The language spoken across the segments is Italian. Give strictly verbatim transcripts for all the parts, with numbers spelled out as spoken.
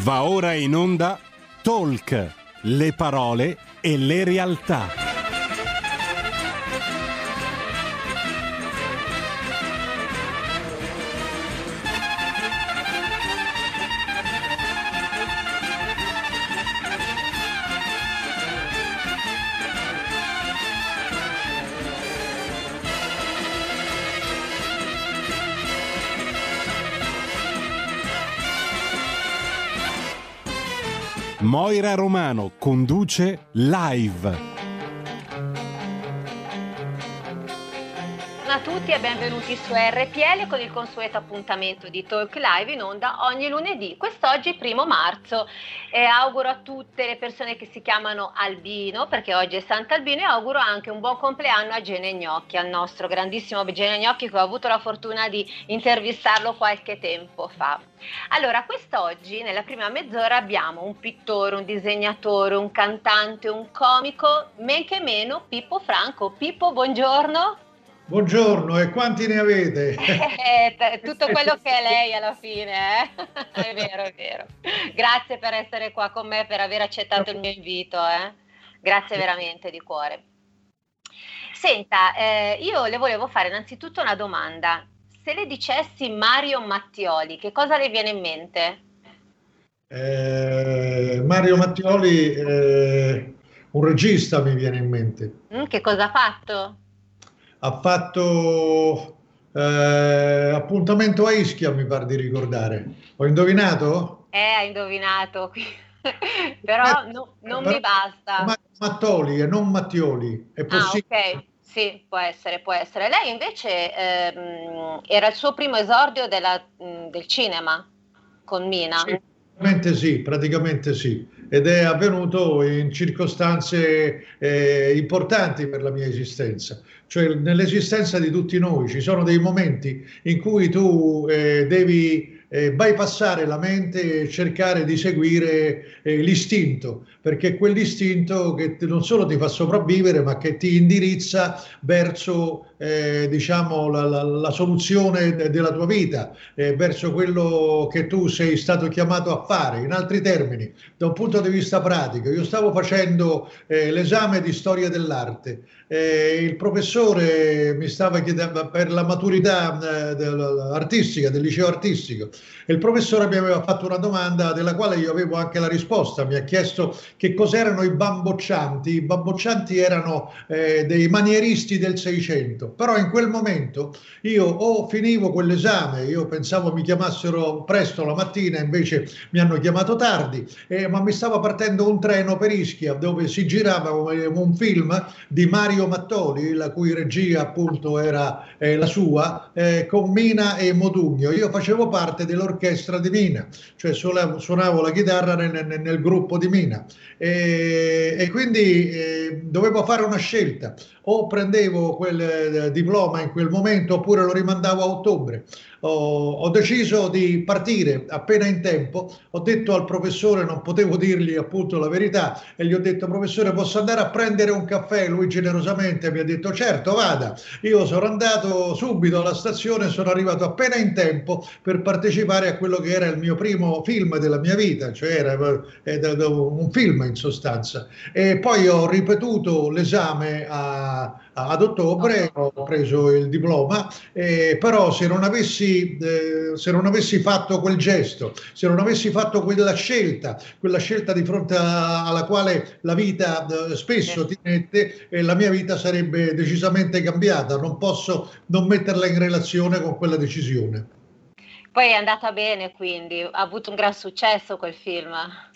Va ora in onda Talk, le parole e le realtà. Moira Romano conduce live. Buongiorno a tutti e benvenuti su R P L con il consueto appuntamento di Talk Live in onda ogni lunedì. Quest'oggi primo marzo e auguro a tutte le persone che si chiamano Albino, perché oggi è Sant'Albino, e auguro anche un buon compleanno a Gene Gnocchi, al nostro grandissimo Gene Gnocchi, che ho avuto la fortuna di intervistarlo qualche tempo fa. Allora, quest'oggi nella prima mezz'ora abbiamo un pittore, un disegnatore, un cantante, un comico, men che meno Pippo Franco. Pippo, buongiorno. Buongiorno, e quanti ne avete? Eh, tutto quello che è lei alla fine, eh? È vero, è vero. Grazie per essere qua con me, per aver accettato il mio invito, eh? Grazie veramente di cuore. Senta, eh, io le volevo fare innanzitutto una domanda. Se le dicessi Mario Mattioli, che cosa le viene in mente? Eh, Mario Mattioli, eh, un regista mi viene in mente. Mm, che cosa ha fatto? Ha fatto eh, Appuntamento a Ischia, mi pare di ricordare. Ho indovinato? Eh, ha indovinato, però no, non Però, mi basta. Ma- Mattoli e non Mattioli, è Ah, possibile? ok. Sì, può essere, può essere. Lei invece ehm, era il suo primo esordio della- mh, del cinema con Mina. Sì, praticamente sì, praticamente sì. Ed è avvenuto in circostanze eh, importanti per la mia esistenza, cioè nell'esistenza di tutti noi. Ci sono dei momenti in cui tu eh, devi eh, bypassare la mente e cercare di seguire eh, l'istinto, perché è quell'istinto che t- non solo ti fa sopravvivere, ma che ti indirizza verso eh, diciamo, la, la- la soluzione de- della tua vita, eh, verso quello che tu sei stato chiamato a fare. In altri termini, da un punto di vista pratico, io stavo facendo eh, l'esame di storia dell'arte. Eh, il professore mi stava chiedendo per la maturità eh, del- artistica, del liceo artistico, e il professore mi aveva fatto una domanda della quale io avevo anche la risposta. Mi ha chiesto che cos'erano i bamboccianti. I bamboccianti erano eh, dei manieristi del Seicento, però in quel momento io o finivo quell'esame, io pensavo mi chiamassero presto la mattina, invece mi hanno chiamato tardi, eh, ma mi stava partendo un treno per Ischia dove si girava un, un film di Mario Mattoli, la cui regia appunto era eh, la sua, eh, con Mina e Modugno. Io facevo parte dell'orchestra di Mina, cioè suonavo, suonavo la chitarra nel, nel, nel gruppo di Mina, e, e quindi eh, dovevo fare una scelta: o prendevo quel eh, diploma in quel momento oppure lo rimandavo a ottobre. Ho, ho deciso di partire appena in tempo. Ho detto al professore, non potevo dirgli appunto la verità, e gli ho detto: professore, posso andare a prendere un caffè? Lui generosamente mi ha detto: certo, vada. Io sono andato subito alla stazione, sono arrivato appena in tempo per partecipare a quello che era il mio primo film della mia vita, cioè era eh, un film in sostanza. E poi ho ripetuto l'esame a, ad ottobre, ho preso il diploma, eh, però se non avessi, eh, se non avessi fatto quel gesto, se non avessi fatto quella scelta, quella scelta di fronte a, alla quale la vita eh, spesso ti mette, eh, la mia vita sarebbe decisamente cambiata. Non posso non metterla in relazione con quella decisione. Poi è andata bene, quindi ha avuto un gran successo quel film.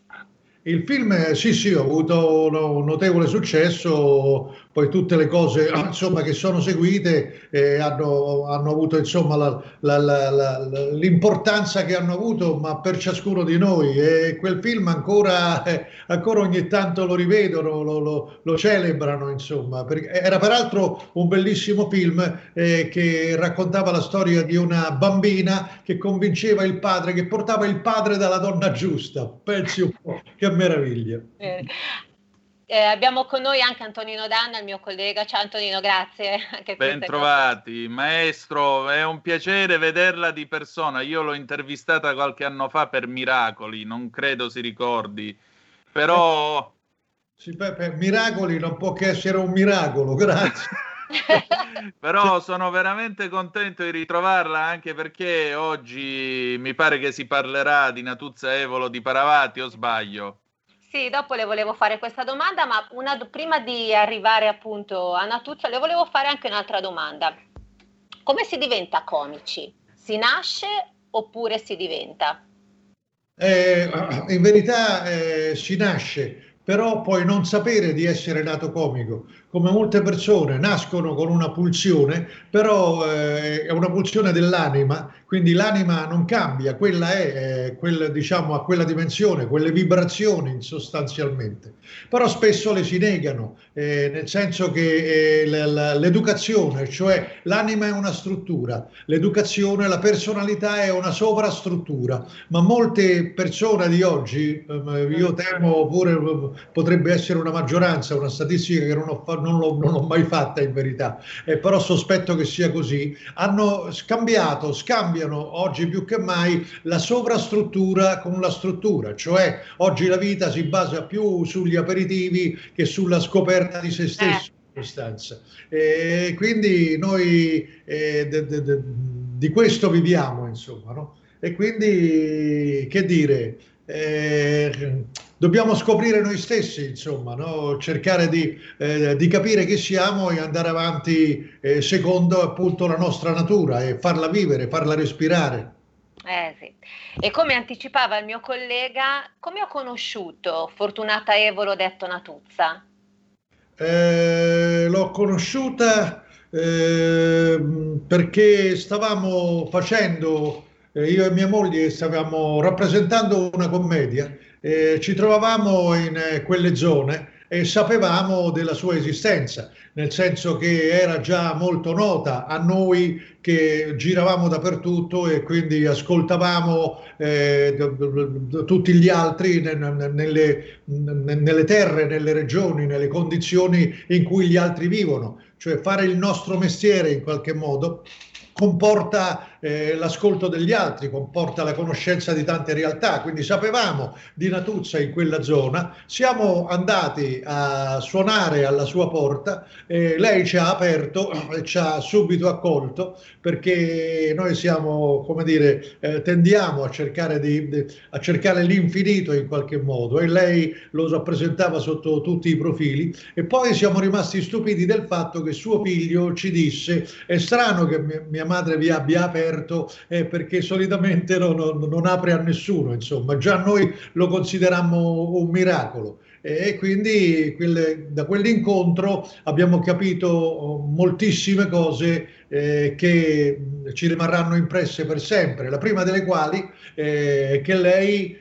Il film, eh, sì, sì, ha avuto un notevole successo, poi tutte le cose, insomma, che sono seguite eh, hanno, hanno avuto, insomma, la- la- la- la- la- l'importanza che hanno avuto, ma per ciascuno di noi. E quel film ancora, eh, ancora ogni tanto lo rivedono, lo, lo- lo celebrano, insomma. Perché era peraltro un bellissimo film eh, che raccontava la storia di una bambina che convinceva il padre, che portava il padre dalla donna giusta. Pensi un po', che meraviglia. Eh, Eh, abbiamo con noi anche Antonino Danna, il mio collega. Ciao Antonino, grazie. Anche ben trovati, cose. Maestro, è un piacere vederla di persona. Io l'ho intervistata qualche anno fa per Miracoli, non credo si ricordi, però... Sì, per Miracoli non può che essere un miracolo, grazie. Però sono veramente contento di ritrovarla, anche perché oggi mi pare che si parlerà di Natuzza Evolo di Paravati, o sbaglio? Sì, dopo le volevo fare questa domanda, ma una, prima di arrivare appunto a Natuzza le volevo fare anche un'altra domanda. Come si diventa comici? Si nasce oppure si diventa? Eh, in verità eh, si nasce, però poi non sapere di essere nato comico, come molte persone nascono con una pulsione, però eh, è una pulsione dell'anima, quindi l'anima non cambia, quella è, eh, quella, diciamo, a quella dimensione, quelle vibrazioni sostanzialmente, però spesso le si negano, eh, nel senso che eh, l'educazione, cioè l'anima è una struttura, l'educazione, la personalità è una sovrastruttura, ma molte persone di oggi, eh, io temo pure potrebbe essere una maggioranza, una statistica che non ho, non l'ho, non l'ho mai fatta in verità, eh, però sospetto che sia così, hanno scambiato, scambiano oggi più che mai la sovrastruttura con la struttura, cioè oggi la vita si basa più sugli aperitivi che sulla scoperta di se stesso. In sostanza. E quindi noi eh, de, de, de, di questo viviamo, insomma, no? E quindi, che dire, eh, dobbiamo scoprire noi stessi, insomma, no? Cercare di, eh, di capire chi siamo e andare avanti eh, secondo appunto la nostra natura e farla vivere, farla respirare. Eh sì. E come anticipava il mio collega, come ho conosciuto Fortunata Evolo detto Natuzza? Eh, l'ho conosciuta eh, perché stavamo facendo, eh, io e mia moglie stavamo rappresentando una commedia, eh, ci trovavamo in eh, quelle zone e sapevamo della sua esistenza, nel senso che era già molto nota a noi che giravamo dappertutto e quindi ascoltavamo eh, tutti gli altri nelle, nelle terre, nelle regioni, nelle condizioni in cui gli altri vivono, cioè fare il nostro mestiere in qualche modo comporta eh, l'ascolto degli altri, comporta la conoscenza di tante realtà, quindi sapevamo di Natuzza in quella zona, siamo andati a suonare alla sua porta, eh, lei ci ha aperto e ci ha subito accolto, perché noi siamo, come dire, eh, tendiamo a cercare, di, di, a cercare l'infinito in qualche modo, e lei lo rappresentava sotto tutti i profili, e poi siamo rimasti stupiti del fatto che suo figlio ci disse: è strano che mia, mia madre vi abbia aperto, eh, perché solitamente non, non, non apre a nessuno, insomma, già noi lo considerammo un miracolo. E quindi quelle, da quell'incontro abbiamo capito moltissime cose eh, che ci rimarranno impresse per sempre. La prima delle quali è eh, che lei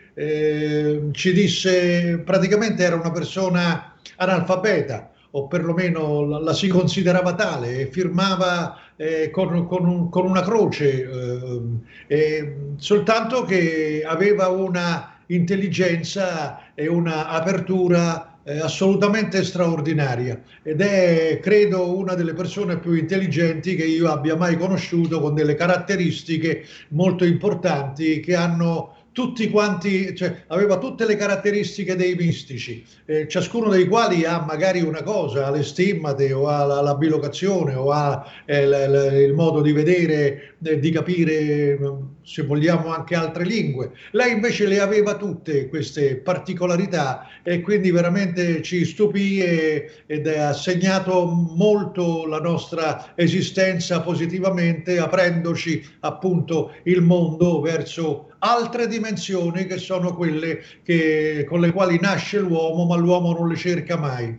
eh, ci disse, praticamente era una persona analfabeta, o perlomeno la, la si considerava tale, e firmava eh, con, con, un, con una croce, eh, eh, soltanto che aveva una intelligenza e una apertura eh, assolutamente straordinaria, ed è, credo, una delle persone più intelligenti che io abbia mai conosciuto, con delle caratteristiche molto importanti che hanno tutti quanti, cioè aveva tutte le caratteristiche dei mistici, eh, ciascuno dei quali ha magari una cosa, ha le stimmate o ha la, la bilocazione o ha eh, l, l, il modo di vedere, eh, di capire, se vogliamo, anche altre lingue. Lei invece le aveva tutte queste particolarità, e quindi veramente ci stupì e, ed ha segnato molto la nostra esistenza positivamente, aprendoci appunto il mondo verso altre dimensioni, che sono quelle che, con le quali nasce l'uomo, ma l'uomo non le cerca mai.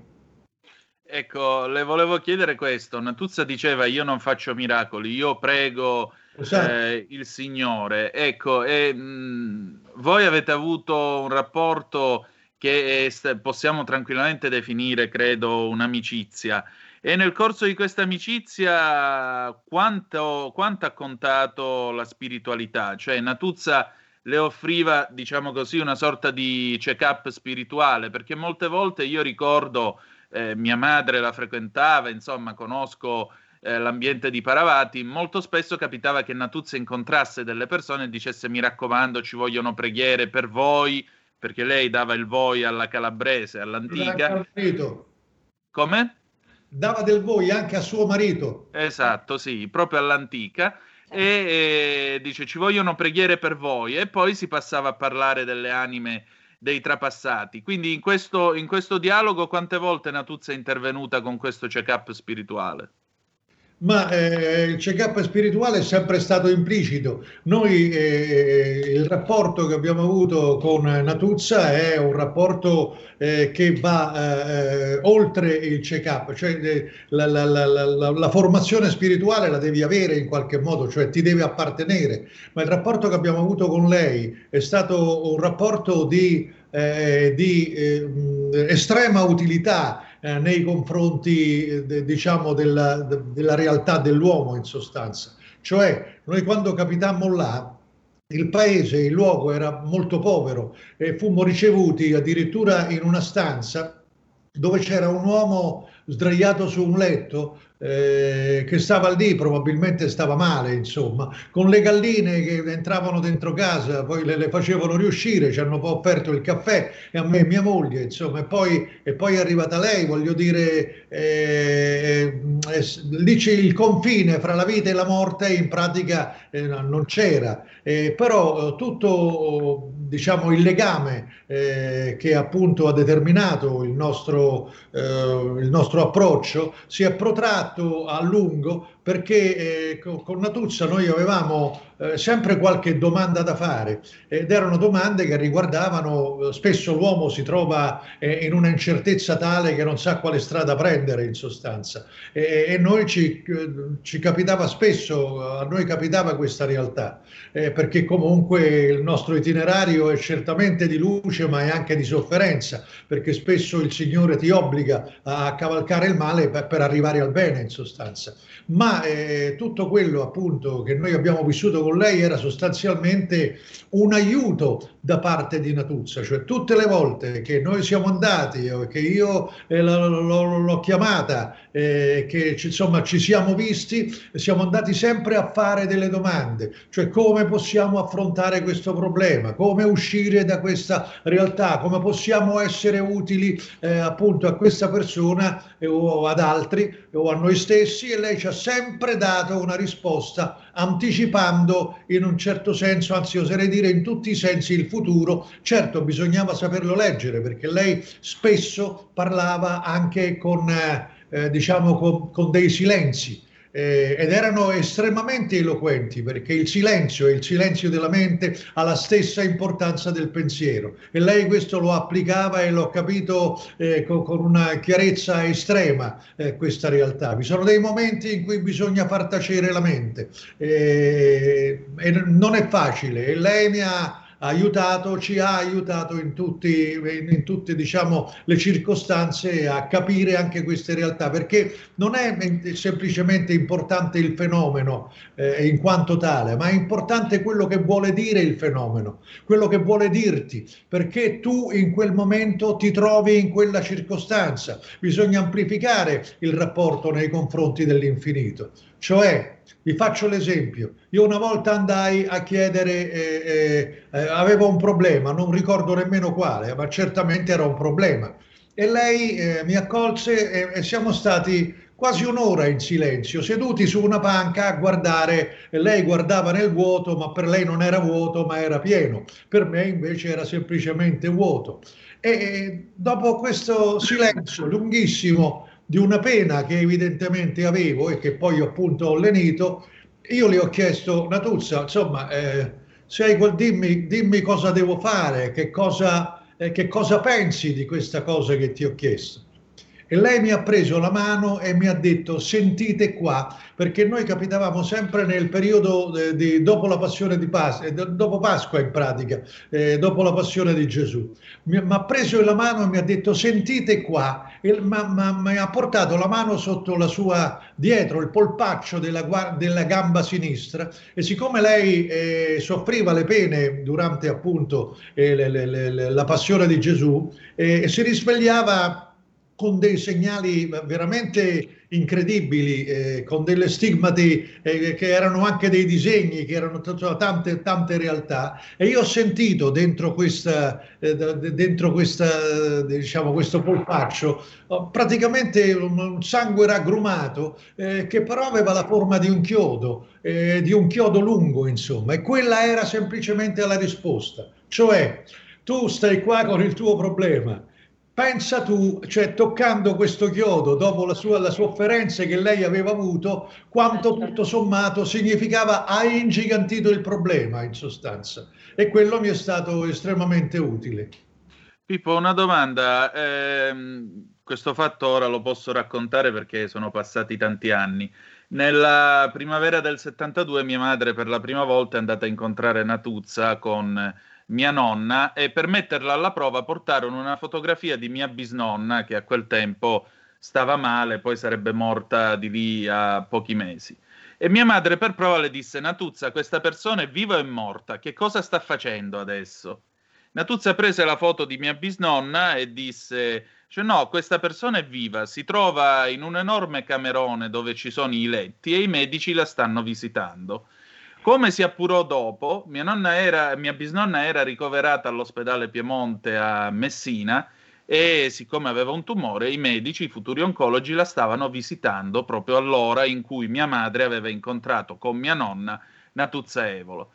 Ecco, le volevo chiedere questo. Natuzza diceva: io non faccio miracoli, io prego esatto. eh, il Signore. Ecco, e, mh, voi avete avuto un rapporto che è, possiamo tranquillamente definire, credo, un'amicizia. E nel corso di questa amicizia quanto, quanto ha contato la spiritualità? Cioè Natuzza le offriva, diciamo così, una sorta di check-up spirituale, perché molte volte io ricordo, eh, mia madre la frequentava, insomma, conosco eh, l'ambiente di Paravati, molto spesso capitava che Natuzza incontrasse delle persone e dicesse: mi raccomando, ci vogliono preghiere per voi, perché lei dava il voi alla calabrese, all'antica. Come? Dava del voi anche a suo marito. Esatto, sì, proprio all'antica. E, e dice: ci vogliono preghiere per voi, e poi si passava a parlare delle anime dei trapassati. Quindi in questo, in questo dialogo quante volte Natuzza è intervenuta con questo check-up spirituale? Ma eh, il check-up spirituale è sempre stato implicito. Noi eh, il rapporto che abbiamo avuto con Natuzza è un rapporto eh, che va eh, oltre il check-up, cioè eh, la, la, la, la, la formazione spirituale la devi avere in qualche modo, cioè ti deve appartenere, ma il rapporto che abbiamo avuto con lei è stato un rapporto di, eh, di eh, estrema utilità Eh, nei confronti eh, diciamo della, de, della realtà dell'uomo, in sostanza. Cioè noi quando capitammo là, il paese, il luogo era molto povero e fummo ricevuti addirittura in una stanza dove c'era un uomo sdraiato su un letto eh, che stava lì, probabilmente stava male, insomma, con le galline che entravano dentro casa, poi le, le facevano riuscire, ci hanno poi offerto il caffè, e a me e mia moglie, insomma, e poi, e poi è arrivata lei, voglio dire, eh, eh, lì c'è il confine fra la vita e la morte, in pratica eh, non c'era, eh, però tutto, diciamo, il legame eh, che appunto ha determinato il nostro, eh, il nostro approccio si è protratto a lungo, perché eh, con Natuzza noi avevamo eh, sempre qualche domanda da fare, ed erano domande che riguardavano, spesso l'uomo si trova eh, in una incertezza tale che non sa quale strada prendere, in sostanza, e, e noi ci, ci capitava spesso, a noi capitava questa realtà, eh, perché comunque il nostro itinerario è certamente di luce ma è anche di sofferenza, perché spesso il Signore ti obbliga a cavalcare il male per, per arrivare al bene, in sostanza. Ma eh, tutto quello appunto che noi abbiamo vissuto con lei era sostanzialmente un aiuto da parte di Natuzza, cioè tutte le volte che noi siamo andati, che io eh, l'ho chiamata, eh, che insomma ci siamo visti, siamo andati sempre a fare delle domande, cioè come possiamo affrontare questo problema, come uscire da questa realtà, come possiamo essere utili eh, appunto a questa persona eh, o ad altri o a noi stessi, e lei ci ha sempre dato una risposta anticipando in un certo senso, anzi oserei dire in tutti i sensi, il futuro. Certo, bisognava saperlo leggere, perché lei spesso parlava anche con, eh, diciamo, con, con dei silenzi. Eh, ed erano estremamente eloquenti, perché il silenzio e il silenzio della mente ha la stessa importanza del pensiero, e lei questo lo applicava e l'ho capito eh, con, con una chiarezza estrema, eh, questa realtà. Vi sono dei momenti in cui bisogna far tacere la mente eh, e non è facile, e lei mi ha aiutato, ci ha aiutato in tutti, in tutte, diciamo, le circostanze a capire anche queste realtà, perché non è semplicemente importante il fenomeno eh, in quanto tale, ma è importante quello che vuole dire il fenomeno, quello che vuole dirti, perché tu in quel momento ti trovi in quella circostanza. Bisogna amplificare il rapporto nei confronti dell'infinito. Cioè, vi faccio l'esempio, io una volta andai a chiedere, eh, eh, avevo un problema, non ricordo nemmeno quale, ma certamente era un problema, e lei eh, mi accolse e, e siamo stati quasi un'ora in silenzio, seduti su una panca a guardare, e lei guardava nel vuoto, ma per lei non era vuoto ma era pieno, per me invece era semplicemente vuoto. E, e dopo questo silenzio lunghissimo, di una pena che evidentemente avevo e che poi appunto ho lenito, io le ho chiesto: Natuzza, insomma, eh, sei, dimmi, dimmi cosa devo fare, che cosa, eh, che cosa pensi di questa cosa che ti ho chiesto. E lei mi ha preso la mano e mi ha detto: sentite qua, perché noi capitavamo sempre nel periodo eh, di, dopo la passione di Pasqua, dopo Pasqua in pratica, eh, dopo la passione di Gesù. Mi, mi ha preso la mano e mi ha detto: sentite qua, e mi ha portato la mano sotto la sua, dietro il polpaccio della, della gamba sinistra, e siccome lei eh, soffriva le pene durante appunto eh, le, le, le, la passione di Gesù, eh, si risvegliava con dei segnali veramente incredibili, eh, con delle stigmati eh, che erano anche dei disegni, che erano tante, tante realtà, e io ho sentito dentro questa, eh, dentro questa, diciamo, questo polpaccio praticamente un sangue raggrumato, eh, che però aveva la forma di un chiodo, eh, di un chiodo lungo, insomma, e quella era semplicemente la risposta, cioè tu stai qua con il tuo problema. Pensa tu, cioè toccando questo chiodo, dopo la sua, le sofferenze che lei aveva avuto, quanto tutto sommato significava: hai ingigantito il problema, in sostanza. E quello mi è stato estremamente utile. Pippo, una domanda. Eh, questo fatto ora lo posso raccontare perché sono passati tanti anni. Nella primavera del settantadue mia madre per la prima volta è andata a incontrare Natuzza con mia nonna, e per metterla alla prova portarono una fotografia di mia bisnonna che a quel tempo stava male, poi sarebbe morta di lì a pochi mesi. E mia madre per prova le disse: Natuzza, questa persona è viva o è morta? Che cosa sta facendo adesso? Natuzza prese la foto di mia bisnonna e disse: cioè, no, questa persona è viva, si trova in un enorme camerone dove ci sono i letti e i medici la stanno visitando. Come si appurò dopo, mia, nonna era, mia bisnonna era ricoverata all'ospedale Piemonte a Messina, e siccome aveva un tumore, i medici, i futuri oncologi, la stavano visitando proprio all'ora in cui mia madre aveva incontrato con mia nonna Natuzza Evolo.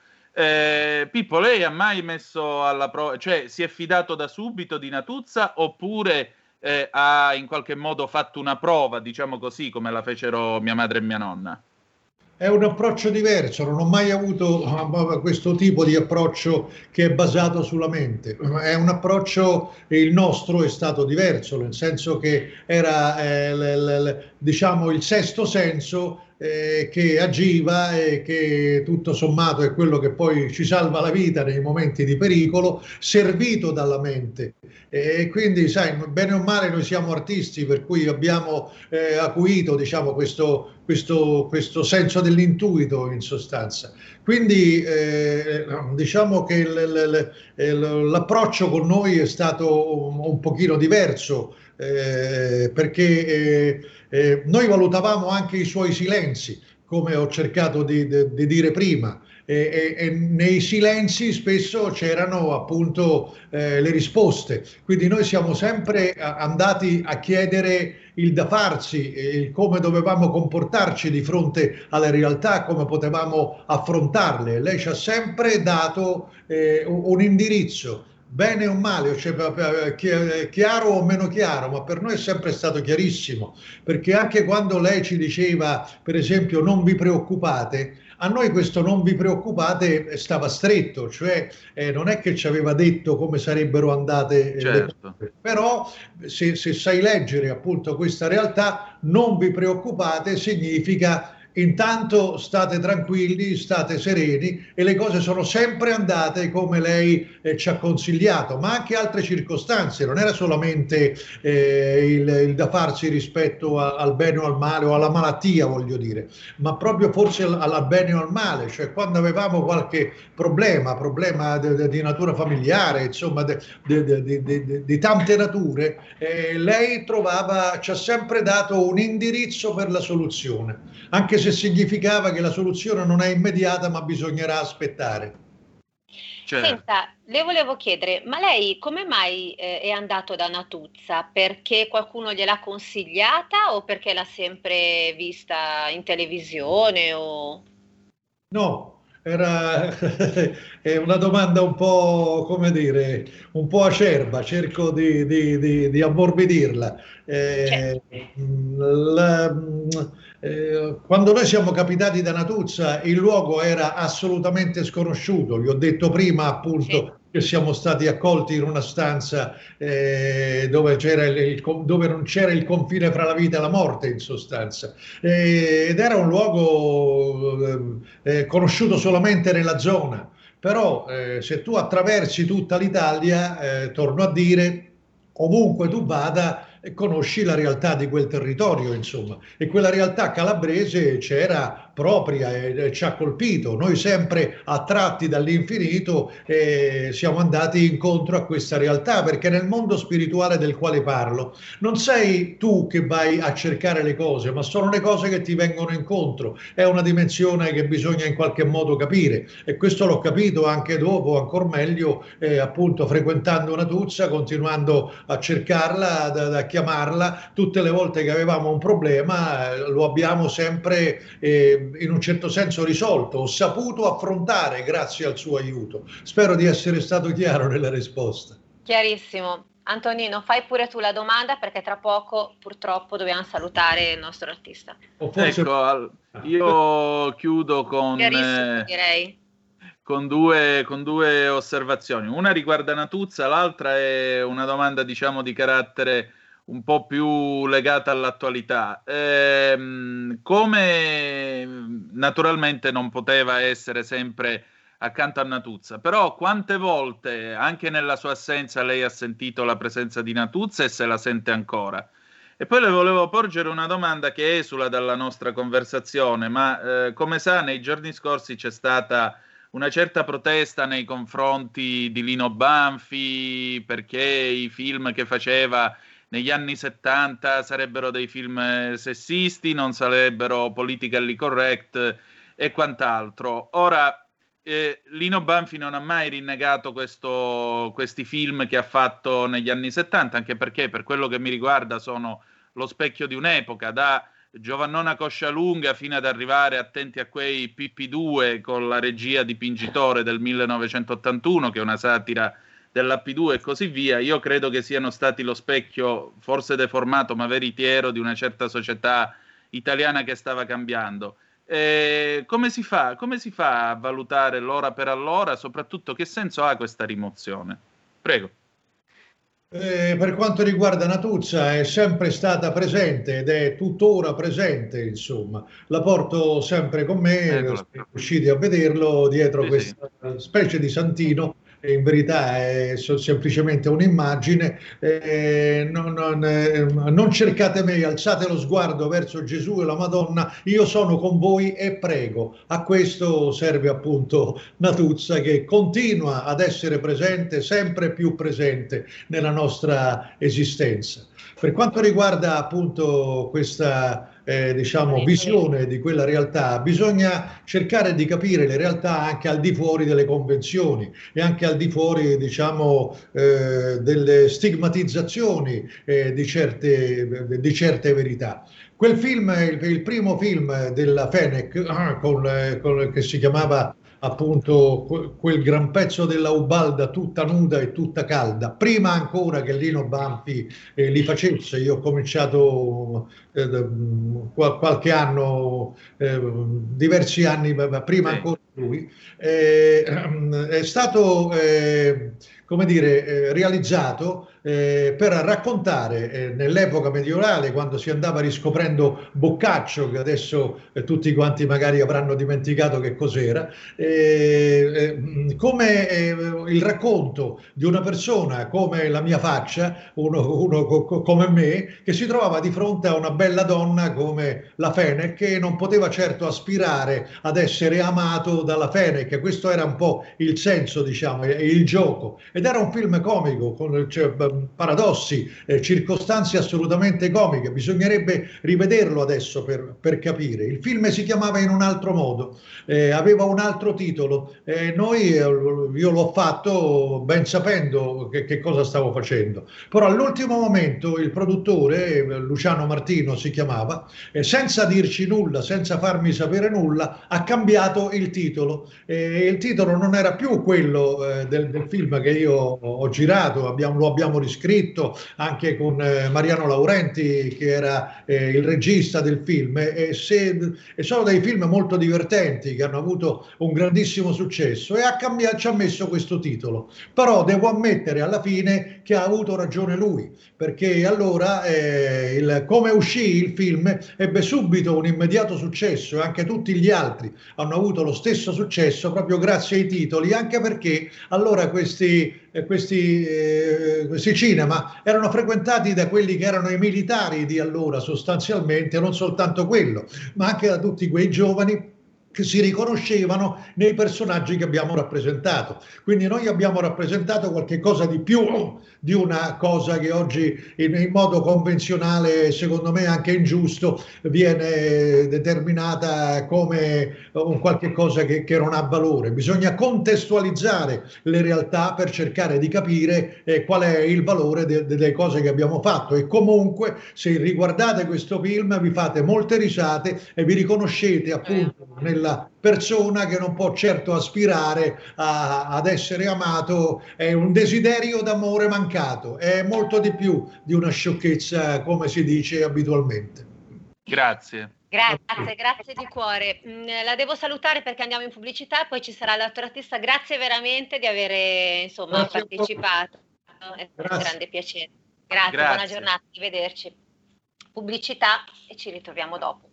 Eh, Pippo, lei ha mai messo alla prova, cioè si è fidato da subito di Natuzza, oppure eh, ha in qualche modo fatto una prova, diciamo così, come la fecero mia madre e mia nonna? È un approccio diverso, non ho mai avuto questo tipo di approccio che è basato sulla mente. È un approccio, il nostro è stato diverso, nel senso che era eh, l, l, diciamo il sesto senso eh, che agiva, e che tutto sommato è quello che poi ci salva la vita nei momenti di pericolo, servito dalla mente. E quindi, sai, bene o male noi siamo artisti, per cui abbiamo eh, acuito, diciamo, questo, questo, questo senso dell'intuito, in sostanza. Quindi eh, diciamo che l'approccio con noi è stato un, un pochino diverso, eh, perché eh, eh, noi valutavamo anche i suoi silenzi, come ho cercato di, di, di dire prima. E, e, e nei silenzi spesso c'erano appunto eh, le risposte, quindi noi siamo sempre andati a chiedere il da farsi, il come dovevamo comportarci di fronte alle realtà, come potevamo affrontarle. Lei ci ha sempre dato eh, un indirizzo, bene o male, cioè, chiaro o meno chiaro, ma per noi è sempre stato chiarissimo, perché anche quando lei ci diceva, per esempio, non vi preoccupate, a noi questo non vi preoccupate stava stretto, cioè eh, non è che ci aveva detto come sarebbero andate, certo, le cose, però se, se sai leggere appunto questa realtà, non vi preoccupate significa: intanto state tranquilli, state sereni, e le cose sono sempre andate come lei eh, ci ha consigliato, ma anche altre circostanze, non era solamente eh, il, il da farsi rispetto a, al bene o al male o alla malattia, voglio dire, ma proprio forse al, al bene o al male, cioè quando avevamo qualche problema, problema de, de, di natura familiare, insomma de, de, de, de, de, di tante nature, eh, lei trovava, ci ha sempre dato un indirizzo per la soluzione, anche se significava che la soluzione non è immediata, ma bisognerà aspettare. Certo. Senta, le volevo chiedere, ma lei come mai eh, è andato da Natuzza? Perché qualcuno gliel'ha consigliata o perché l'ha sempre vista in televisione? O... No, era è una domanda un po', come dire, un po' acerba, cerco di, di, di, di ammorbidirla. Eh, certo. la, eh, quando noi siamo capitati da Natuzza, il luogo era assolutamente sconosciuto, vi ho detto prima appunto. Sì. che siamo stati accolti in una stanza eh, dove, c'era il, il, dove non c'era il confine fra la vita e la morte, in sostanza. Eh, ed era un luogo eh, conosciuto solamente nella zona. Però eh, se tu attraversi tutta l'Italia, eh, torno a dire, ovunque tu vada, conosci la realtà di quel territorio, insomma, e quella realtà calabrese c'era propria e, e ci ha colpito. Noi sempre attratti dall'infinito eh, siamo andati incontro a questa realtà, perché nel mondo spirituale del quale parlo non sei tu che vai a cercare le cose, ma sono le cose che ti vengono incontro. È una dimensione che bisogna in qualche modo capire, e questo l'ho capito anche dopo, ancor meglio, eh, appunto frequentando una tuzza, continuando a cercarla, da, da chiamarla tutte le volte che avevamo un problema, eh, lo abbiamo sempre eh, in un certo senso risolto, ho saputo affrontare grazie al suo aiuto. Spero di essere stato chiaro nella risposta. Chiarissimo. Antonino, fai pure tu la domanda, perché tra poco purtroppo dobbiamo salutare il nostro artista. Forse... Ecco, io chiudo con, eh, direi. Con, due, con due osservazioni. Una riguarda Natuzza, l'altra è una domanda, diciamo, di carattere un po' più legata all'attualità. Ehm, come naturalmente non poteva essere sempre accanto a Natuzza, però quante volte anche nella sua assenza lei ha sentito la presenza di Natuzza e se la sente ancora? E poi le volevo porgere una domanda che esula dalla nostra conversazione, ma eh, come sa, nei giorni scorsi c'è stata una certa protesta nei confronti di Lino Banfi, perché i film che faceva negli anni settanta sarebbero dei film sessisti, non sarebbero politically correct e quant'altro. Ora, eh, Lino Banfi non ha mai rinnegato questo, questi film che ha fatto negli anni settanta, anche perché per quello che mi riguarda sono lo specchio di un'epoca, da Giovannona Coscialunga fino ad arrivare, attenti a quei P P due con la regia di Pingitore del millenovecentottantuno, che è una satira della P due e così via. Io credo che siano stati lo specchio, forse deformato ma veritiero, di una certa società italiana che stava cambiando. Eh, come si fa? Come si fa a valutare l'ora per allora? Soprattutto, che senso ha questa rimozione? Prego. Eh, per quanto riguarda Natuzza, è sempre stata presente ed è tuttora presente, insomma. La porto sempre con me, siamo riusciti a vederlo dietro sì, questa sì. specie di santino. In verità è semplicemente un'immagine. Eh, non, non, eh, non cercate me, alzate lo sguardo verso Gesù e la Madonna, io sono con voi e prego. A questo serve appunto Natuzza, che continua ad essere presente, sempre più presente nella nostra esistenza. Per quanto riguarda appunto questa eh, diciamo visione di quella realtà, bisogna cercare di capire le realtà anche al di fuori delle convenzioni e anche al di fuori, diciamo, eh, delle stigmatizzazioni eh, di certe, di certe verità. Quel film, il, il primo film della Fenech, con, con, che si chiamava appunto quel gran pezzo della Ubalda tutta nuda e tutta calda, prima ancora che Lino Banfi eh, li facesse. Io ho cominciato eh, qualche anno, eh, diversi anni prima sì. ancora lui, eh, è stato eh, come dire, eh, realizzato eh, per raccontare eh, nell'epoca medievale, quando si andava riscoprendo Boccaccio, che adesso eh, tutti quanti magari avranno dimenticato che cos'era, eh, eh, come eh, il racconto di una persona come la mia faccia, uno, uno co come me, che si trovava di fronte a una bella donna come la Fenech, che non poteva certo aspirare ad essere amato dalla Fenech. Questo era un po' il senso, diciamo, il gioco. Ed era un film comico, con cioè, paradossi, eh, circostanze assolutamente comiche. Bisognerebbe rivederlo adesso per, per capire. Il film si chiamava in un altro modo, eh, aveva un altro titolo. Eh, noi, eh, io l'ho fatto ben sapendo che, che cosa stavo facendo. Però all'ultimo momento il produttore, Luciano Martino si chiamava, eh, senza dirci nulla, senza farmi sapere nulla, ha cambiato il titolo. Eh, il titolo non era più quello eh, del, del film che io ho girato, abbiamo, lo abbiamo riscritto, anche con eh, Mariano Laurenti che era eh, il regista del film, e, se, e sono dei film molto divertenti che hanno avuto un grandissimo successo, e ha cambiato, ci ha messo questo titolo. Però devo ammettere alla fine che ha avuto ragione lui, perché allora eh, il, come uscì il film ebbe subito un immediato successo, e anche tutti gli altri hanno avuto lo stesso successo proprio grazie ai titoli, anche perché allora questi, eh, questi, eh, questi cinema erano frequentati da quelli che erano i militari di allora, sostanzialmente, non soltanto quello, ma anche da tutti quei giovani che si riconoscevano nei personaggi che abbiamo rappresentato. Quindi noi abbiamo rappresentato qualche cosa di più di una cosa che oggi in, in modo convenzionale, secondo me anche ingiusto, viene determinata come un qualche cosa che, che non ha valore. Bisogna contestualizzare le realtà per cercare di capire eh, qual è il valore de, de, delle cose che abbiamo fatto, e comunque se riguardate questo film vi fate molte risate e vi riconoscete appunto nel la persona che non può certo aspirare a, ad essere amato. È un desiderio d'amore mancato, è molto di più di una sciocchezza, come si dice abitualmente. Grazie. Grazie, grazie di cuore. La devo salutare perché andiamo in pubblicità e poi ci sarà l'altro artista. Grazie veramente di avere insomma grazie partecipato, è un grande piacere. Grazie, grazie, buona giornata, arrivederci. Pubblicità e ci ritroviamo dopo.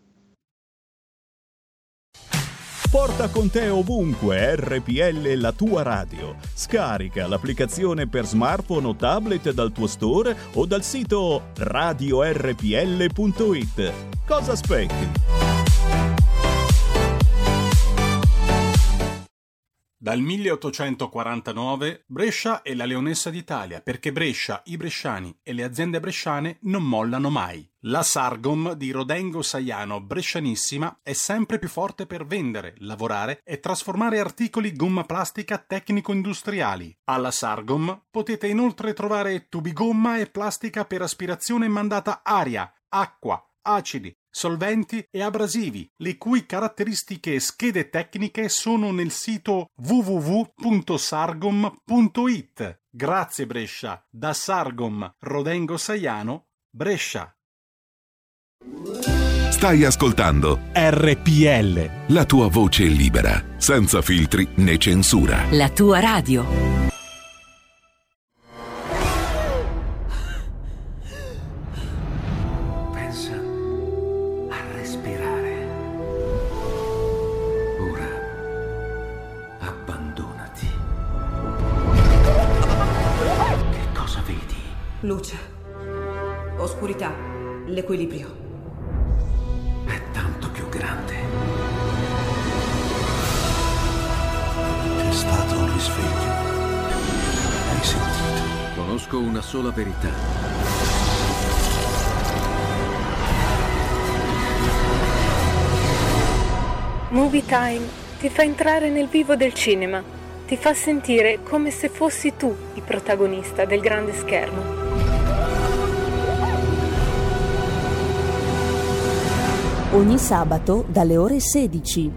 Porta con te ovunque R P L, la tua radio. Scarica l'applicazione per smartphone o tablet dal tuo store o dal sito radio r p l punto i t. Cosa aspetti? Dal milleottocentoquarantanove Brescia è la leonessa d'Italia, perché Brescia, i bresciani e le aziende bresciane non mollano mai. La Sargom di Rodengo Saiano, brescianissima, è sempre più forte per vendere, lavorare e trasformare articoli gomma plastica tecnico-industriali. Alla Sargom potete inoltre trovare tubi gomma e plastica per aspirazione mandata aria, acqua, acidi, solventi e abrasivi, le cui caratteristiche e schede tecniche sono nel sito w w w punto sargom punto i t. Grazie Brescia, da Sargom Rodengo Saiano, Brescia. Stai ascoltando R P L, la tua voce libera, senza filtri né censura. La tua radio. Luce, oscurità, l'equilibrio. È tanto più grande. C'è stato un risveglio. Hai sentito? Conosco una sola verità. Movie Time ti fa entrare nel vivo del cinema, ti fa sentire come se fossi tu il protagonista del grande schermo. Ogni sabato dalle ore sedici.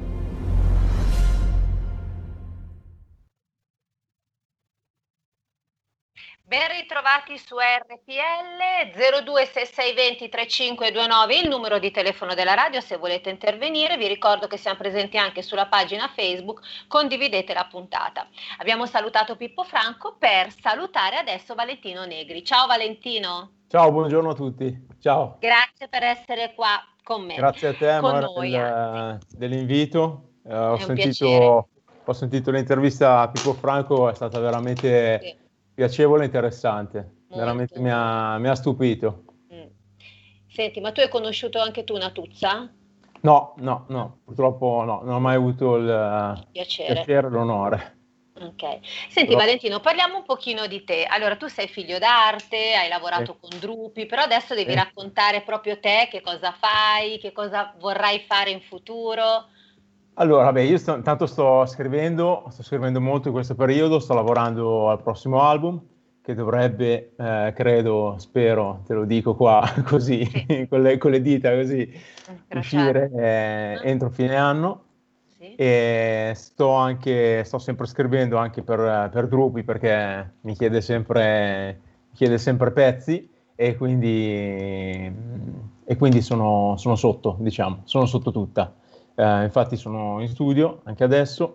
Ben ritrovati su R P L. Zero due sei sei due zero tre cinque due nove il numero di telefono della radio se volete intervenire. Vi ricordo che siamo presenti anche sulla pagina Facebook, condividete la puntata. Abbiamo salutato Pippo Franco per salutare adesso Valentino Negri. Ciao Valentino. Ciao, buongiorno a tutti. Ciao. Grazie per essere qua con me. Grazie a te, con Mara, noi, del, dell'invito. Eh, ho, sentito, ho sentito l'intervista a Pippo Franco, è stata veramente sì. piacevole e interessante. Molto. Veramente mi ha, mi ha stupito. Mm. Senti, ma tu hai conosciuto anche tu Natuzza? No, no, no, purtroppo no, non ho mai avuto il piacere, piacere l'onore. Ok. Senti però... Valentino, parliamo un pochino di te. Allora, tu sei figlio d'arte, hai lavorato sì. con Drupi, però adesso devi sì. raccontare proprio te che cosa fai, che cosa vorrai fare in futuro. Allora, beh, io sto, intanto sto scrivendo, sto scrivendo molto in questo periodo, sto lavorando al prossimo album che dovrebbe, eh, credo, spero, te lo dico qua così, sì. con, le, con le dita così, Crociare. uscire eh, entro fine anno. E sto anche sto sempre scrivendo anche per, per Drupi, perché mi chiede sempre chiede sempre pezzi e quindi, e quindi sono, sono sotto, diciamo, sono sotto tutta. Eh, infatti sono in studio anche adesso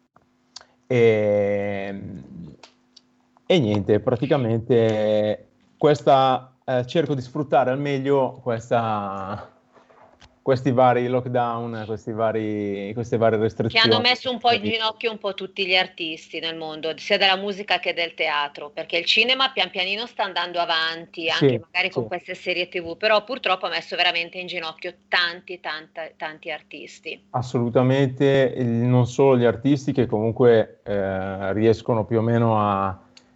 e, e niente, praticamente questa, eh, cerco di sfruttare al meglio questa... questi vari lockdown, questi vari, queste varie Che restrizioni. hanno messo un po' in ginocchio un po' tutti gli artisti nel mondo, sia della musica che del teatro, perché il cinema pian pianino sta andando avanti, anche Sì, magari con sì. queste serie tivù, però purtroppo ha messo veramente in ginocchio tanti, tanta- tanti artisti. Assolutamente, il- non solo gli artisti che comunque eh, riescono più o meno a,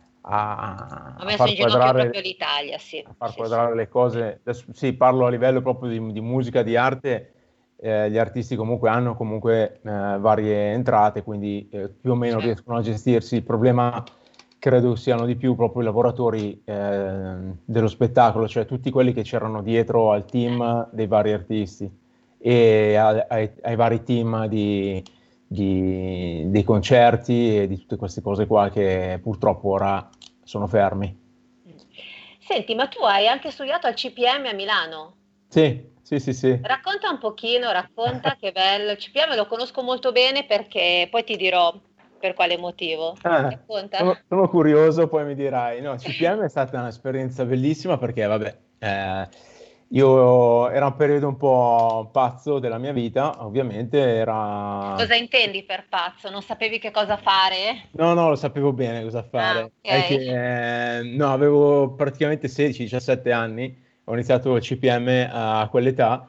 a, Ha a messo far in ginocchio quadrare, proprio l'Italia, sì. a far Sì, quadrare le cose. Adesso, sì, parlo a livello proprio di, di musica, di arte. Eh, gli artisti comunque hanno comunque eh, varie entrate, quindi eh, più o meno Certo. riescono a gestirsi. Il problema credo siano di più proprio i lavoratori eh, dello spettacolo, cioè tutti quelli che c'erano dietro al team dei vari artisti e a- ai, ai vari team di, di- dei concerti e di tutte queste cose qua che purtroppo ora sono fermi. Senti, ma tu hai anche studiato al C P M a Milano? Sì, sì, sì, sì. Racconta un pochino, racconta che bello. Il C P M lo conosco molto bene perché poi ti dirò per quale motivo. Eh, Racconta. sono, sono curioso, poi mi dirai. No, C P M è stata un'esperienza bellissima perché, vabbè, eh, io era un periodo un po' pazzo della mia vita, ovviamente era... Cosa intendi per pazzo? Non sapevi che cosa fare? No, no, lo sapevo bene cosa fare. Ah, ok. È che, eh, no, avevo praticamente sedici diciassette anni, ho iniziato il C P M a quell'età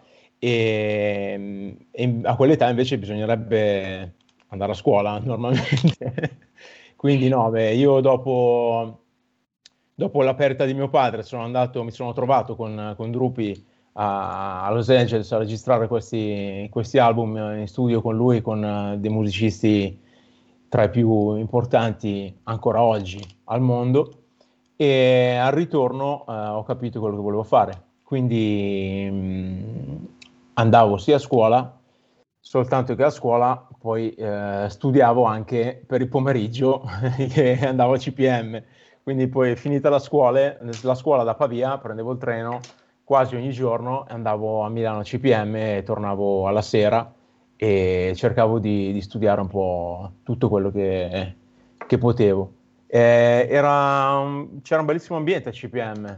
e, e a quell'età invece bisognerebbe andare a scuola normalmente. Quindi no, beh, io dopo, dopo la perdita di mio padre sono andato, mi sono trovato con, con Drupi a, a Los Angeles a registrare questi, questi album in studio con lui, con eh, dei musicisti tra i più importanti ancora oggi al mondo, e al ritorno eh, ho capito quello che volevo fare. Quindi mh, andavo sia a scuola, soltanto che a scuola poi eh, studiavo anche per il pomeriggio che andavo a C P M. Quindi poi finita la scuola, la scuola da Pavia, prendevo il treno quasi ogni giorno, andavo a Milano C P M e tornavo alla sera e cercavo di, di studiare un po' tutto quello che, che potevo. Eh, era un, c'era un bellissimo ambiente a C P M,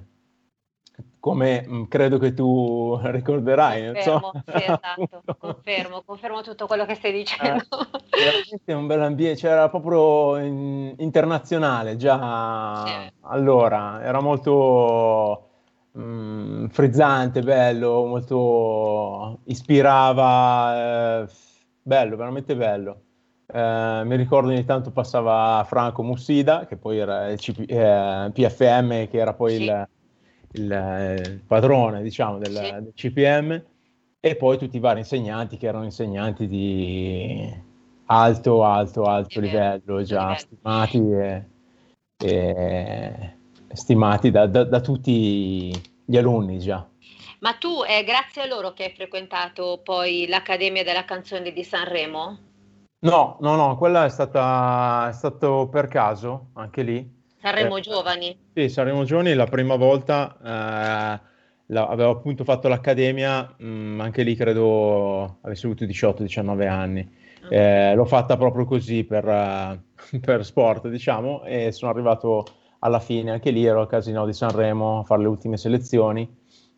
come mh, credo che tu ricorderai. Non so. Confermo, sì, esatto, confermo, confermo tutto quello che stai dicendo. Eh, veramente un bel ambiente, c'era proprio in- internazionale già Sì. allora, era molto mh, frizzante, bello, molto ispirava, eh, bello, veramente bello. Eh, mi ricordo ogni tanto passava Franco Mussida, che poi era il C P, eh, P F M, che era poi Sì. il, il- il padrone, diciamo, del, Sì. del C P M, e poi tutti i vari insegnanti che erano insegnanti di alto, alto, alto È vero, livello, già livello. stimati e, e stimati da, da- da tutti gli alunni già. Ma tu è grazie a loro che hai frequentato poi l'Accademia della Canzone di Sanremo? No, no, no, quella è stata, è stato per caso, anche lì. Sanremo Eh, Giovani? Sì, Sanremo Giovani la prima volta, eh, la- avevo appunto fatto l'accademia, mh, anche lì credo avessi avuto diciotto diciannove anni. Eh, l'ho fatta proprio così per, eh, per sport, diciamo, e sono arrivato alla fine, anche lì ero al Casino di Sanremo a fare le ultime selezioni.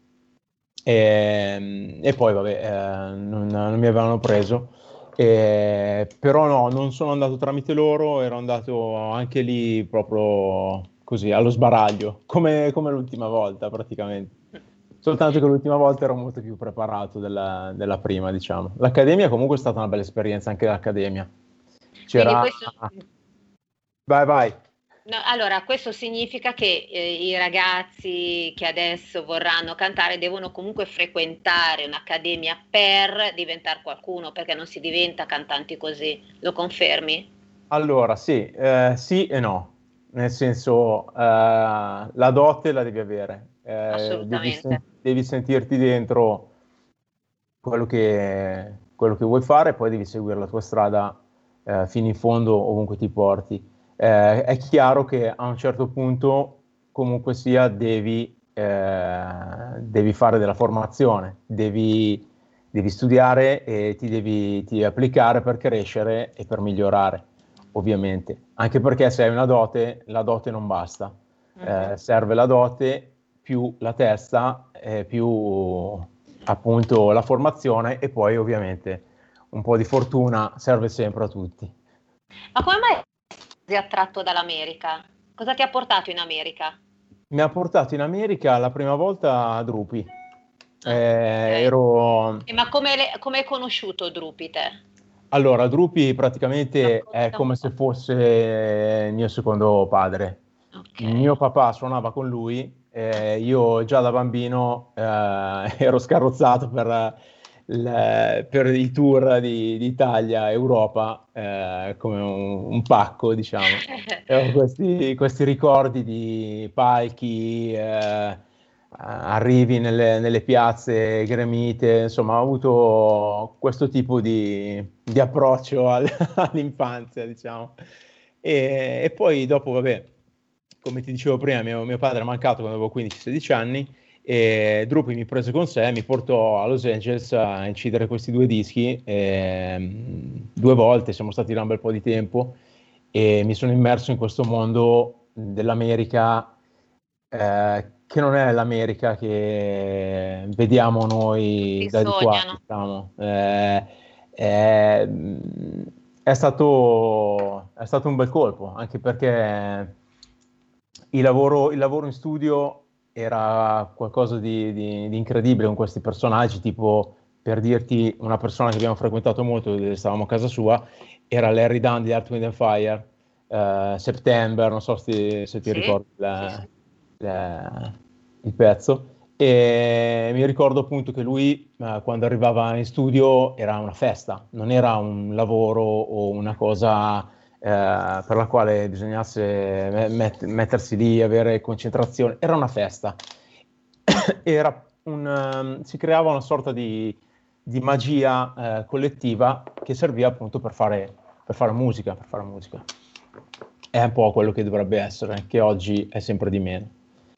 E, e poi vabbè, eh, non, non mi avevano preso. Eh, però no, non sono andato tramite loro, ero andato anche lì proprio così allo sbaraglio, come, come l'ultima volta praticamente. Soltanto che l'ultima volta ero molto più preparato della, della prima, diciamo. L'accademia comunque è stata una bella esperienza, anche l'accademia. C'era... Quindi questo... Vai, vai. No, allora, questo significa che eh, i ragazzi che adesso vorranno cantare devono comunque frequentare un'accademia per diventare qualcuno, perché non si diventa cantanti così, lo confermi? Allora, sì, eh, sì e no. Nel senso, eh, la dote la devi avere. Eh, devi, Assolutamente. sen- devi sentirti dentro quello che, quello che vuoi fare, poi devi seguire la tua strada eh, fino in fondo ovunque ti porti. Eh, è chiaro che a un certo punto comunque sia devi, eh, devi fare della formazione, devi, devi studiare e ti devi, ti devi applicare per crescere e per migliorare, ovviamente. Anche perché se hai una dote, la dote non basta. Mm-hmm. Eh, serve la dote più la testa, eh, più appunto la formazione e poi ovviamente un po' di fortuna serve sempre a tutti. Ma come mai sei attratto dall'America? Cosa ti ha portato in America? Mi ha portato in America la prima volta a Drupi. Ah, eh, okay. ero... E ma come, le, come hai conosciuto Drupi te? Allora, Drupi praticamente è come se fosse il mio secondo padre. Okay. Il mio papà suonava con lui, eh, io già da bambino eh, ero scarrozzato per, il, per i tour di, di Italia, Europa, eh, come un, un pacco, diciamo. E ho questi, questi ricordi di palchi, eh, arrivi nelle, nelle piazze gremite, insomma ho avuto questo tipo di, di approccio al, all'infanzia, diciamo. E, e poi dopo, vabbè, come ti dicevo prima, mio, mio padre è mancato quando avevo quindici sedici anni e Drupi mi prese con sé, mi portò a Los Angeles a incidere questi due dischi, e, due volte, siamo stati là un bel po' di tempo e mi sono immerso in questo mondo dell'America eh, che non è l'America che vediamo noi da di qua, diciamo. Eh, è, è, stato, è stato un bel colpo, anche perché il lavoro, il lavoro in studio era qualcosa di, di, di incredibile con questi personaggi, tipo, per dirti, una persona che abbiamo frequentato molto, stavamo a casa sua, era Larry Dunn di Earth, Wind and Fire, uh, September, non so se, se ti sì, ricordi la, sì, sì. La, il pezzo, e mi ricordo appunto che lui uh, quando arrivava in studio era una festa, non era un lavoro o una cosa Uh, per la quale bisognasse met- mettersi lì, avere concentrazione, era una festa. Era un, um, si creava una sorta di, di magia uh, collettiva che serviva appunto per fare, per fare musica, per fare musica. È un po' quello che dovrebbe essere, che oggi è sempre di meno.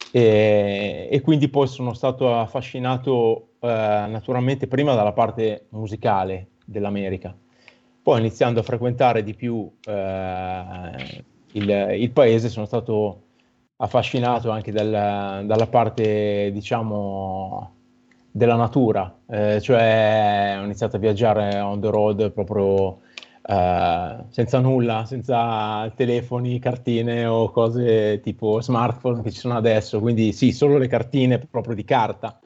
E, e quindi poi sono stato affascinato uh, naturalmente prima dalla parte musicale dell'America. Poi iniziando a frequentare di più eh, il, il paese sono stato affascinato anche dal, dalla parte, diciamo, della natura, eh, cioè ho iniziato a viaggiare on the road proprio eh, senza nulla, senza telefoni, cartine o cose tipo smartphone che ci sono adesso, quindi sì, solo le cartine proprio di carta.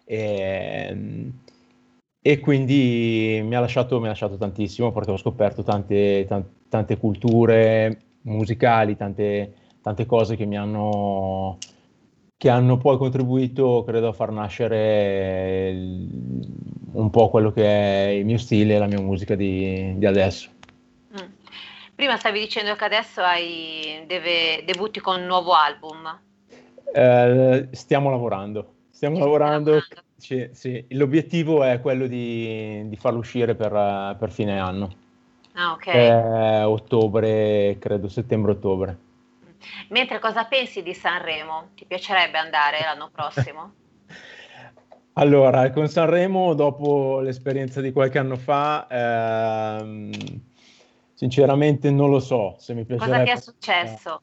E, E quindi mi ha lasciato, mi ha lasciato tantissimo perché ho scoperto tante, tante, tante culture musicali, tante, tante cose che mi hanno, che hanno poi contribuito, credo, a far nascere il, un po' quello che è il mio stile e la mia musica di, di adesso. Mm. Prima stavi dicendo che adesso hai deve, debutti con un nuovo album. Eh, stiamo lavorando, stiamo Ci lavorando. lavorando. Sì, sì. L'obiettivo è quello di, di farlo uscire per, per fine anno. Ah, ok. Eh, ottobre, credo, settembre-ottobre. Mentre cosa pensi di Sanremo? Ti piacerebbe andare l'anno prossimo? Allora, con Sanremo, dopo l'esperienza di qualche anno fa, ehm, sinceramente non lo so se mi piacerebbe. Cosa ti è successo?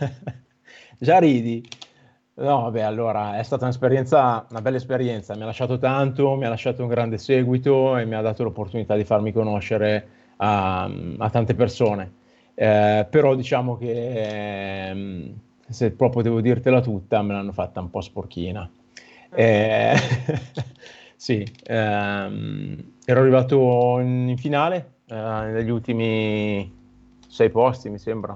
Già ridi? No, vabbè, allora è stata un'esperienza, una bella esperienza, mi ha lasciato tanto, mi ha lasciato un grande seguito e mi ha dato l'opportunità di farmi conoscere a, a tante persone. Eh, però diciamo che eh, se proprio devo dirtela tutta, me l'hanno fatta un po' sporchina. Eh, sì, ehm, ero arrivato in, in finale eh, negli ultimi sei posti, mi sembra.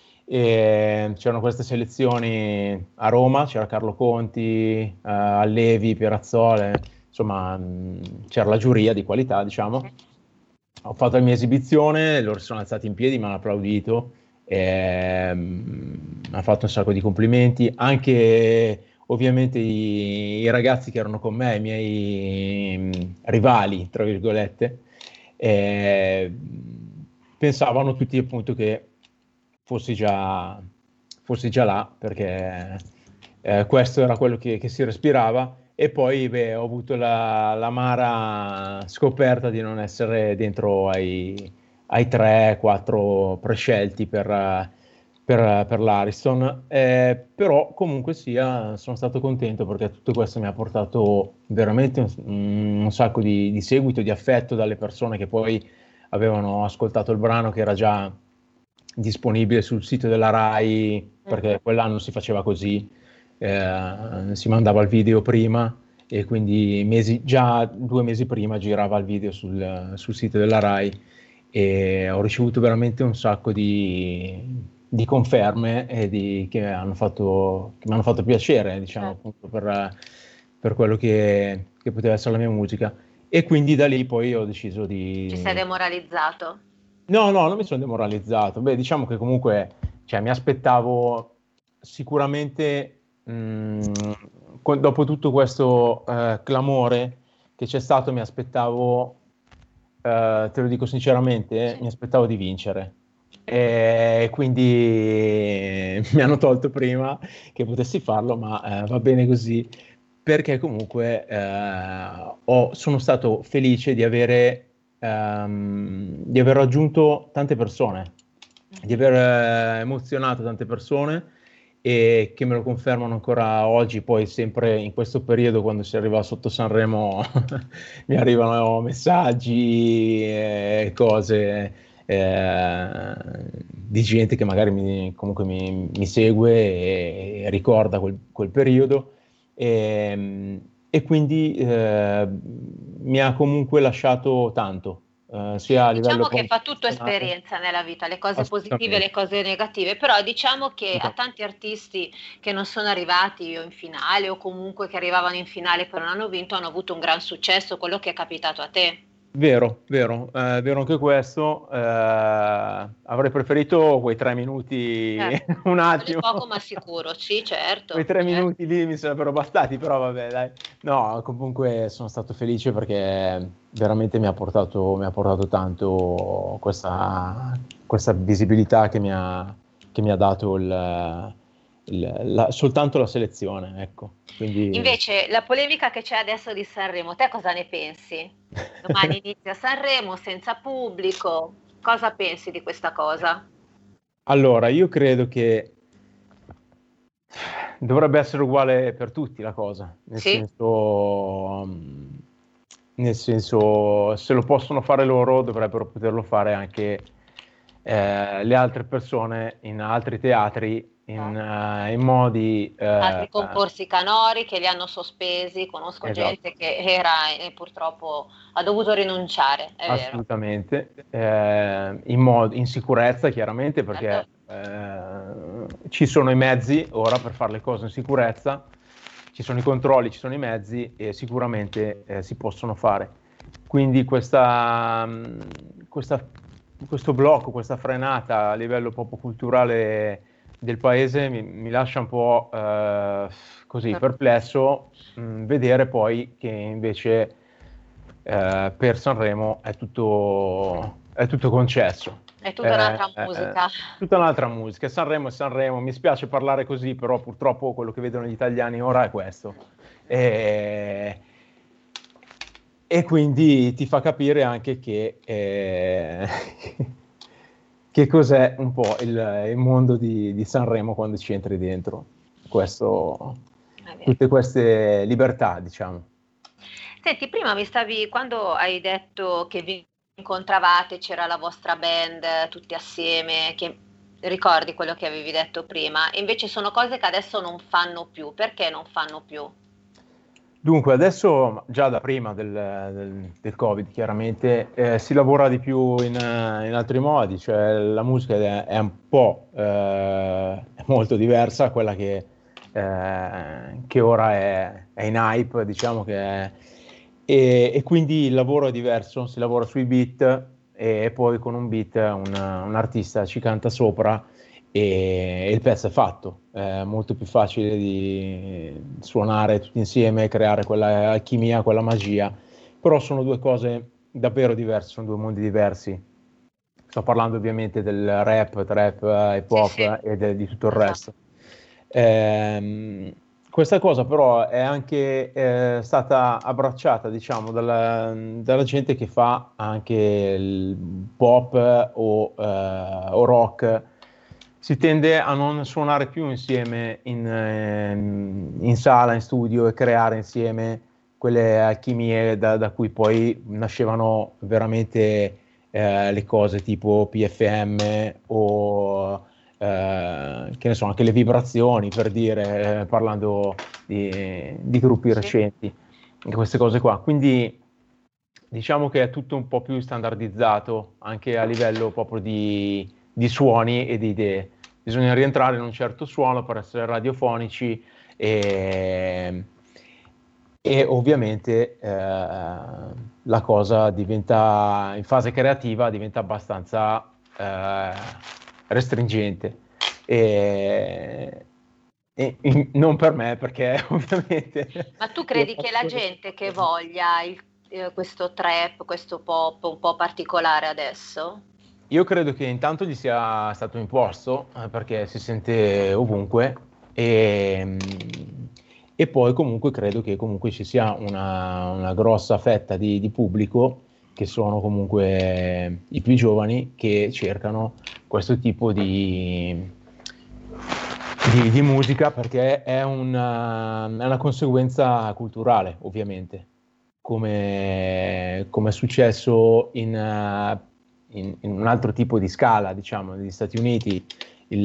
E c'erano queste selezioni a Roma, c'era Carlo Conti, uh, Allevi, Pierazzole, insomma mh, c'era la giuria di qualità, diciamo. Ho fatto la mia esibizione, loro si sono alzati in piedi, mi hanno applaudito, e, mh, hanno fatto un sacco di complimenti, anche ovviamente i, i ragazzi che erano con me, i miei mh, rivali, tra virgolette, e, pensavano tutti appunto che fossi già, fossi già là, perché eh, questo era quello che, che si respirava. E poi beh, ho avuto la, l'amara scoperta di non essere dentro ai, ai tre quattro prescelti per, per, per l'Ariston, eh, però comunque sia sono stato contento perché tutto questo mi ha portato veramente un, un sacco di, di seguito, di affetto dalle persone che poi avevano ascoltato il brano, che era già disponibile sul sito della Rai, perché quell'anno si faceva così. Eh, si mandava il video prima e quindi mesi, già due mesi prima girava il video sul, sul sito della Rai, e ho ricevuto veramente un sacco di, di conferme e di, che, hanno fatto, che mi hanno fatto piacere, diciamo, appunto per, per quello che, che poteva essere la mia musica, e quindi da lì poi ho deciso di... Ci sei demoralizzato? No, no, non mi sono demoralizzato. Beh, diciamo che comunque, cioè, mi aspettavo sicuramente... Mm, dopo tutto questo uh, clamore che c'è stato, mi aspettavo, uh, te lo dico sinceramente, eh, mi aspettavo di vincere, e quindi mi hanno tolto prima che potessi farlo, ma uh, va bene così, perché comunque uh, ho, sono stato felice di avere, um, di aver raggiunto tante persone, di aver uh, emozionato tante persone, e che me lo confermano ancora oggi. Poi sempre in questo periodo, quando si arriva sotto Sanremo, mi arrivano messaggi e cose eh, di gente che magari mi, comunque mi, mi segue e, e ricorda quel, quel periodo, e, e quindi eh, mi ha comunque lasciato tanto. Uh, sia a livello diciamo che fa tutto esperienza nella vita, le cose positive e le cose negative, però diciamo che a tanti artisti che non sono arrivati o in finale o comunque che arrivavano in finale però non hanno vinto, hanno avuto un gran successo, quello che è capitato a te. Vero, vero, eh, vero anche questo. Eh, avrei preferito quei tre minuti, certo. Un attimo. Poco ma sicuro, sì, certo. Quei tre certo. minuti lì mi sarebbero bastati, però vabbè, dai. No, comunque sono stato felice perché veramente mi ha portato, mi ha portato tanto questa, questa visibilità che mi ha, che mi ha dato il... Il, la, soltanto la selezione, ecco. Quindi... Invece la polemica che c'è adesso di Sanremo, te cosa ne pensi? Domani inizia Sanremo senza pubblico, cosa pensi di questa cosa? Allora, io credo che dovrebbe essere uguale per tutti la cosa, nel sì? senso, nel senso, se lo possono fare loro, dovrebbero poterlo fare anche eh, le altre persone in altri teatri, in, uh, in modi uh, altri concorsi canori che li hanno sospesi. Conosco esatto. gente che era e purtroppo ha dovuto rinunciare, è assolutamente eh, in, mod- in sicurezza chiaramente, perché certo. eh, ci sono i mezzi ora per fare le cose in sicurezza, ci sono i controlli, ci sono i mezzi e sicuramente eh, si possono fare. Quindi questa, questa questo blocco, questa frenata a livello proprio culturale del paese mi, mi lascia un po' eh, così perplesso, mh, vedere poi che invece eh, per Sanremo è tutto, è tutto concesso. È tutta eh, un'altra musica. Eh, tutta un'altra musica. Sanremo è Sanremo, mi spiace parlare così, però purtroppo quello che vedono gli italiani ora è questo. E, e quindi ti fa capire anche che... Eh, che cos'è un po' il, il mondo di, di Sanremo quando ci entri dentro, questo, tutte queste libertà, diciamo. Senti, prima mi stavi, quando hai detto che vi incontravate, c'era la vostra band tutti assieme, che ricordi quello che avevi detto prima, invece sono cose che adesso non fanno più, perché non fanno più? Dunque, adesso già da prima del, del, del Covid chiaramente eh, si lavora di più in, in altri modi, cioè la musica è, è un po' eh, è molto diversa da quella che, eh, che ora è, è in hype, diciamo che è, e, e quindi il lavoro è diverso, si lavora sui beat e poi con un beat un, un artista ci canta sopra e, e il pezzo è fatto. È molto più facile di suonare tutti insieme, creare quella alchimia, quella magia, però sono due cose davvero diverse, sono due mondi diversi. Sto parlando ovviamente del rap, trap, hip hop sì, sì. e de, di tutto il resto. Ehm, questa cosa però è anche eh, stata abbracciata, diciamo, dalla, dalla gente che fa anche il pop o, eh, o rock. Si tende a non suonare più insieme in, in sala, in studio, e creare insieme quelle alchimie da, da cui poi nascevano veramente eh, le cose tipo P F M o eh, che ne so, anche le vibrazioni, per dire, eh, parlando di, di gruppi recenti, queste cose qua. Quindi diciamo che è tutto un po' più standardizzato anche a livello proprio di di suoni e di idee. Bisogna rientrare in un certo suono per essere radiofonici e, e ovviamente eh, la cosa diventa, in fase creativa, diventa abbastanza eh, restringente. E, e, e non per me, perché ovviamente... Ma tu credi che la gente che voglia il, eh, questo trap, questo pop un po' particolare adesso? Io credo che intanto gli sia stato imposto, eh, perché si sente ovunque, e, e poi comunque credo che comunque ci sia una, una grossa fetta di, di pubblico, che sono comunque i più giovani, che cercano questo tipo di, di, di musica, perché è una, è una conseguenza culturale, ovviamente, come, come è successo in... In, in un altro tipo di scala, diciamo, negli Stati Uniti, il,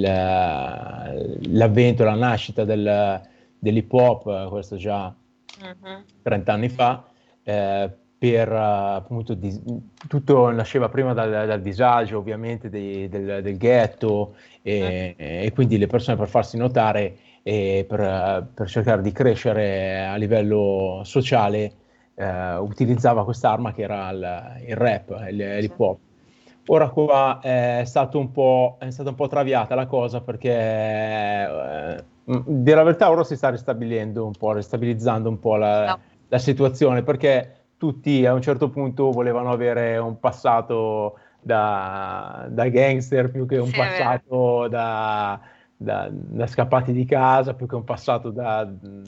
l'avvento, la nascita del, dell'hip hop, questo già uh-huh. trenta anni fa, eh, per appunto di, tutto nasceva prima dal, dal disagio, ovviamente, dei, del, del ghetto, e, uh-huh. e quindi le persone, per farsi notare e per, per cercare di crescere a livello sociale, eh, utilizzava quest'arma che era il, il rap, il, l'hip hop. Ora qua è stato un po', è stata un po' traviata la cosa, perché eh, dire la verità ora si sta ristabilendo un po', ristabilizzando un po' la, no. la situazione, perché tutti a un certo punto volevano avere un passato da, da gangster più che un sì, passato da, da, da scappati di casa, più che un passato da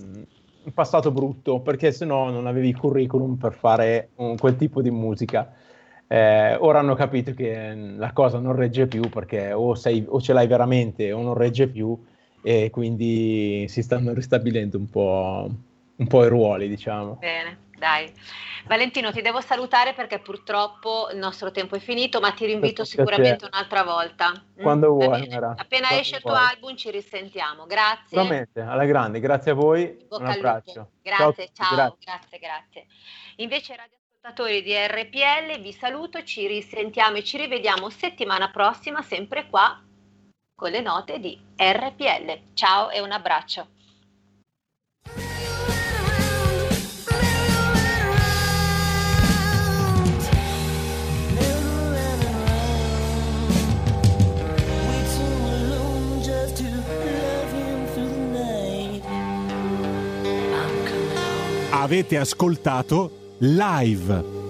un passato brutto, perché sennò non avevi il curriculum per fare un, quel tipo di musica. Eh, ora hanno capito che la cosa non regge più, perché o, sei, o ce l'hai veramente o non regge più, e quindi si stanno ristabilendo un po', un po' i ruoli, diciamo. Bene, dai. Valentino, ti devo salutare perché purtroppo il nostro tempo è finito, ma ti rinvito sicuramente un'altra volta. Quando mm? vuoi. Appena Quando esce il vuoi. tuo album ci risentiamo. Grazie. Veramente, alla grande, grazie a voi. Bocca un abbraccio. Grazie, ciao, ciao. Grazie. grazie, grazie. Invece radioascoltatori di R P L, vi saluto, ci risentiamo e ci rivediamo settimana prossima, sempre qua con le note di R P L. Ciao e un abbraccio. Avete ascoltato Live.